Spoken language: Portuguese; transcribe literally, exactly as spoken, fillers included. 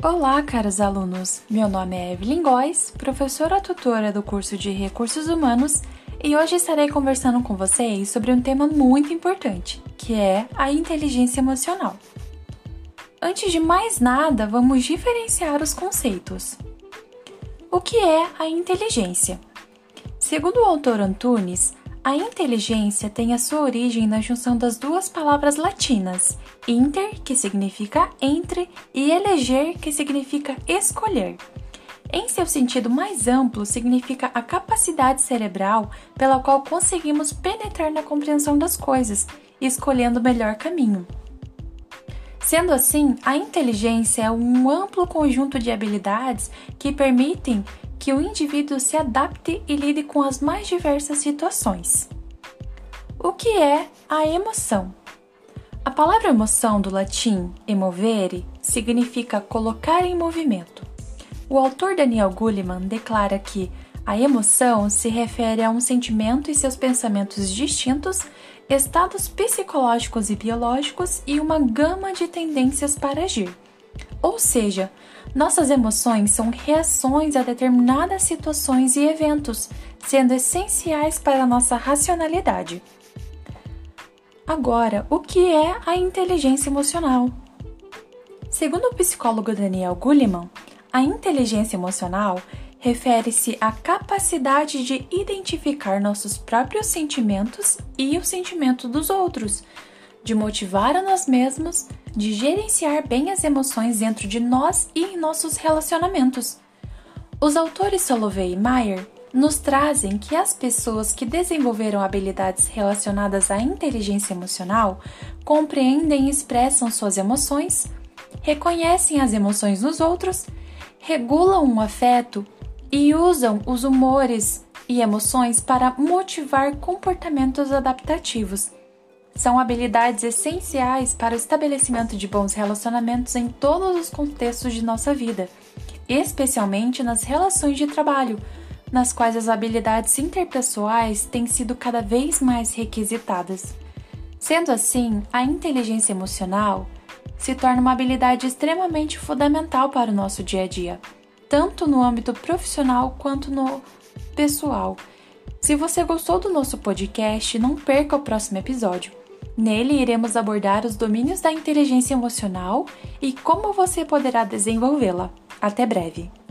Olá, caros alunos! Meu nome é Evelyn Góes, professora tutora do curso de Recursos Humanos, e hoje estarei conversando com vocês sobre um tema muito importante, que é a inteligência emocional. Antes de mais nada, vamos diferenciar os conceitos. O que é a inteligência? Segundo o autor Antunes, a inteligência tem a sua origem na junção das duas palavras latinas, inter, que significa entre, e eleger, que significa escolher. Em seu sentido mais amplo, significa a capacidade cerebral pela qual conseguimos penetrar na compreensão das coisas, escolhendo o melhor caminho. Sendo assim, a inteligência é um amplo conjunto de habilidades que permitem que o indivíduo se adapte e lide com as mais diversas situações. O que é a emoção? A palavra emoção do latim emovere significa colocar em movimento. O autor Daniel Goleman declara que a emoção se refere a um sentimento e seus pensamentos distintos, estados psicológicos e biológicos e uma gama de tendências para agir. Ou seja, nossas emoções são reações a determinadas situações e eventos, sendo essenciais para a nossa racionalidade. Agora, o que é a inteligência emocional? Segundo o psicólogo Daniel Goleman, a inteligência emocional refere-se à capacidade de identificar nossos próprios sentimentos e os sentimentos dos outros, de motivar a nós mesmos, de gerenciar bem as emoções dentro de nós e em nossos relacionamentos. Os autores Salovey e Meyer nos trazem que as pessoas que desenvolveram habilidades relacionadas à inteligência emocional compreendem e expressam suas emoções, reconhecem as emoções nos outros, regulam o afeto e usam os humores e emoções para motivar comportamentos adaptativos. São habilidades essenciais para o estabelecimento de bons relacionamentos em todos os contextos de nossa vida, especialmente nas relações de trabalho, nas quais as habilidades interpessoais têm sido cada vez mais requisitadas. Sendo assim, a inteligência emocional se torna uma habilidade extremamente fundamental para o nosso dia a dia, tanto no âmbito profissional quanto no pessoal. Se você gostou do nosso podcast, não perca o próximo episódio. Nele, iremos abordar os domínios da inteligência emocional e como você poderá desenvolvê-la. Até breve!